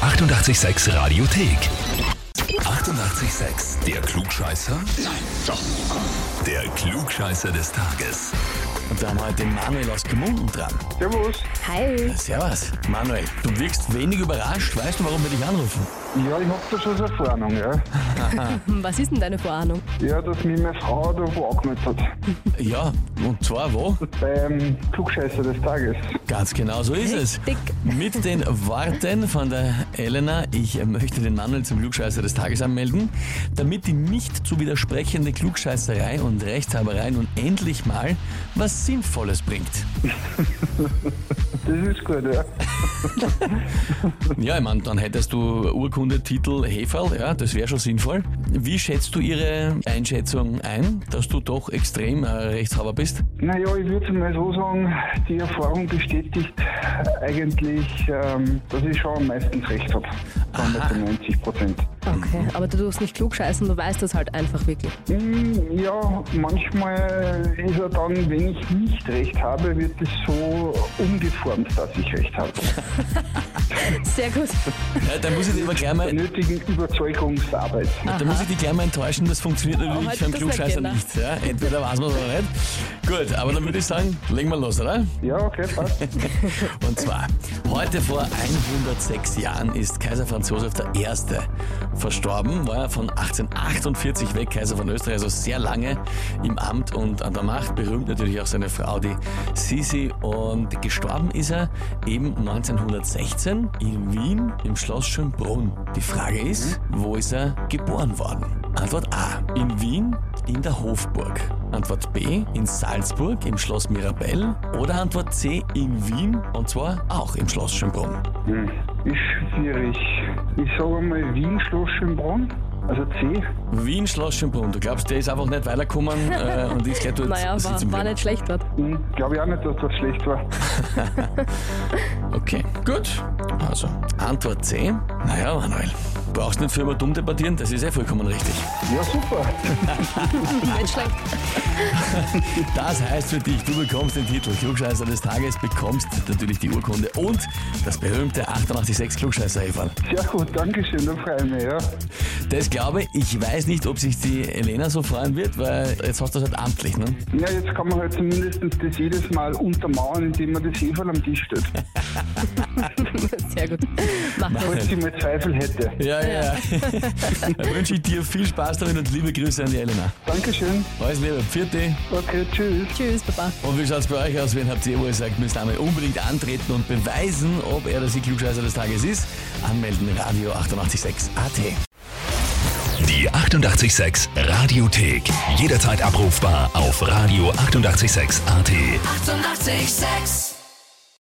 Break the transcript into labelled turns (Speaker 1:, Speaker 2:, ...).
Speaker 1: 886 Radiothek. 88,6. Der Klugscheißer? Nein, doch. Der Klugscheißer des Tages.
Speaker 2: Und da haben wir heute den Manuel aus Gmunden dran.
Speaker 3: Servus.
Speaker 4: Hi.
Speaker 2: Servus. Manuel, du wirkst wenig überrascht. Weißt du, warum wir dich anrufen?
Speaker 3: Ja, ich hab da schon so eine Vorahnung, ja.
Speaker 4: Was ist denn deine Vorahnung?
Speaker 3: Ja, dass mich meine Frau da wo angemeldet hat.
Speaker 2: Ja, und zwar wo?
Speaker 3: Beim Klugscheißer des Tages.
Speaker 2: Ganz genau so ist es.
Speaker 4: Richtig.
Speaker 2: Mit den Worten von der Elena, ich möchte den Manuel zum Klugscheißer des Tages anmelden, damit die nicht zu widersprechende Klugscheißerei und Rechthaberei nun endlich mal was Sinnvolles bringt.
Speaker 3: Das ist gut, ja.
Speaker 2: Ja, ich meine, dann hättest du Urkundetitel Heferl, ja, das wäre schon sinnvoll. Wie schätzt du ihre Einschätzung ein, dass du doch extrem Rechtshaber bist?
Speaker 3: Naja, ich würde mal so sagen, die Erfahrung bestätigt eigentlich, dass ich schon meistens recht habe. Zu 90%.
Speaker 4: Okay, aber du tust nicht klugscheißen, du weißt das halt einfach wirklich.
Speaker 3: Ja, manchmal ist er dann, wenn ich nicht recht habe, wird es so umgeformt, dass ich recht habe.
Speaker 4: Sehr gut.
Speaker 2: Ja, da muss ich dich aber gleich mal,
Speaker 3: Der nötigen Überzeugungsarbeit.
Speaker 2: da muss ich dich gleich mal enttäuschen, das funktioniert natürlich
Speaker 4: heute
Speaker 2: beim
Speaker 4: das
Speaker 2: Klugscheißer
Speaker 4: nicht,
Speaker 2: nicht. Ja, entweder weiß man es oder nicht. Gut, aber dann würde ich sagen, legen wir los, oder?
Speaker 3: Ja, okay, passt.
Speaker 2: Und zwar, heute vor 106 Jahren ist Kaiser Franz Josef I. verstorben, war er von 1848 weg, Kaiser von Österreich, also sehr lange im Amt und an der Macht, berühmt natürlich auch seine Frau, die Sisi, und gestorben ist er eben 1916 in Wien im Schloss Schönbrunn. Die Frage ist, wo ist er geboren worden? Antwort A, in Wien in der Hofburg. Antwort B, in Salzburg im Schloss Mirabell. Oder Antwort C, in Wien, und zwar auch im Schloss Schönbrunn.
Speaker 3: Ist schwierig. Ich sage mal Wien, Schloss Schönbrunn. Also C.
Speaker 2: Wien, Schloss Schönbrunn. Du glaubst, der ist einfach nicht weitergekommen und ist gleich dort
Speaker 4: Naja,
Speaker 2: sitzen
Speaker 4: war
Speaker 2: geblieben.
Speaker 4: nicht schlecht dort.
Speaker 3: Glaube ich auch nicht, dass das schlecht war.
Speaker 2: Okay, gut. Also, Antwort C. Naja, Manuel, brauchst nicht für immer dumm debattieren, das ist vollkommen richtig.
Speaker 3: Ja, super.
Speaker 4: Nicht schlecht.
Speaker 2: Das heißt für dich, du bekommst den Titel Klugscheißer des Tages, bekommst natürlich die Urkunde und das berühmte 886 Klugscheißer-Häferl.
Speaker 3: Sehr gut, danke schön, da freue ich mich, ja.
Speaker 2: Das glaube ich. Ich weiß nicht, ob sich die Elena so freuen wird, weil jetzt hast du das halt amtlich, ne?
Speaker 3: Ja, jetzt kann man halt zumindest das jedes Mal untermauern, indem man das Heferl am Tisch steht.
Speaker 4: Sehr gut. Mach das.
Speaker 3: Falls ich mal Zweifel hätte.
Speaker 2: Ja. Dann wünsche ich dir viel Spaß damit und liebe Grüße an die Elena.
Speaker 3: Dankeschön.
Speaker 2: Alles Liebe, Pfiat.
Speaker 3: Okay, tschüss.
Speaker 4: Tschüss, Papa.
Speaker 2: Und wie schaut es bei euch aus? Wen habt ihr, wo ihr sagt, müsst einmal unbedingt antreten und beweisen, ob er oder sie Klugscheißer des Tages ist? Anmelden, Radio 886 AT.
Speaker 1: Die 88,6 Radiothek. Jederzeit abrufbar auf Radio 88,6 AT.
Speaker 5: 88,6.